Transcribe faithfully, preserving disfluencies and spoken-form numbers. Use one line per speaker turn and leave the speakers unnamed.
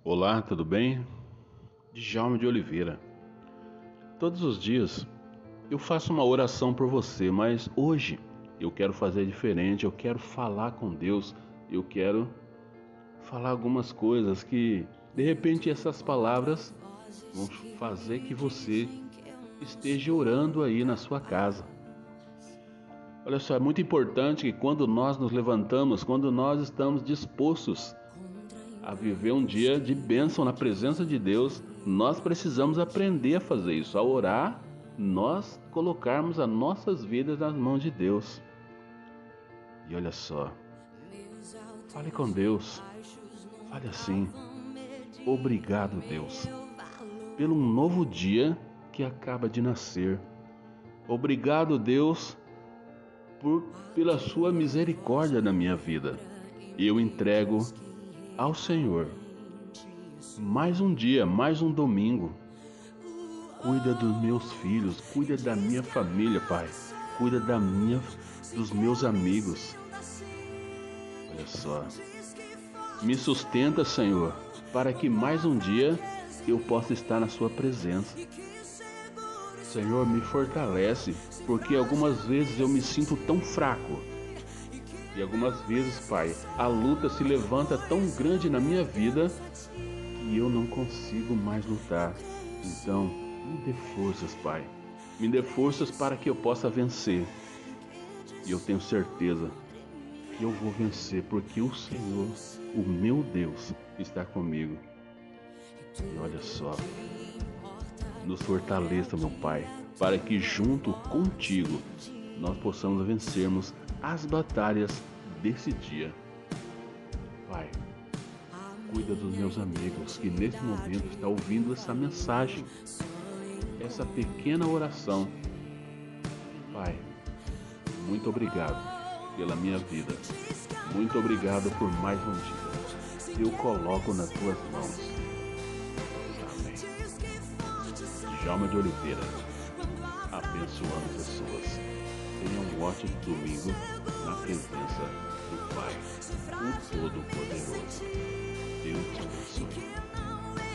Olá, tudo bem? Djalma de Oliveira. Todos os dias eu faço uma oração por você, mas hoje eu quero fazer diferente, eu quero falar com Deus, eu quero falar algumas coisas que, de repente, essas palavras vão fazer que você esteja orando aí na sua casa. Olha só, é muito importante que quando nós nos levantamos, quando nós estamos dispostos a viver um dia de bênção na presença de Deus, nós precisamos aprender a fazer isso, a orar, nós colocarmos as nossas vidas nas mãos de Deus. E olha só, fale com Deus, fale assim: obrigado, Deus, pelo um novo dia que acaba de nascer. Obrigado, Deus, por, pela sua misericórdia na minha vida. Eu entrego ao Senhor mais um dia, mais um domingo. Cuida dos meus filhos, cuida da minha família, Pai. Cuida da minha, dos meus amigos. Olha só. Me sustenta, Senhor, para que mais um dia eu possa estar na sua presença. Senhor, me fortalece, porque algumas vezes eu me sinto tão fraco. E algumas vezes, Pai, a luta se levanta tão grande na minha vida que eu não consigo mais lutar. Então, me dê forças, Pai. Me dê forças para que eu possa vencer. E eu tenho certeza que eu vou vencer, porque o Senhor, o meu Deus, está comigo. E olha só, nos fortaleça, meu Pai, para que junto contigo nós possamos vencermos as batalhas desse dia. Pai, cuida dos meus amigos que nesse momento estão ouvindo essa mensagem, essa pequena oração. Pai, muito obrigado pela minha vida. Muito obrigado por mais um dia. Eu coloco nas tuas mãos. Amém. Djalma de Oliveira, abençoando pessoas. Tenha um ótimo domingo na presença do Pai, o Todo-Poderoso. Deus te abençoe.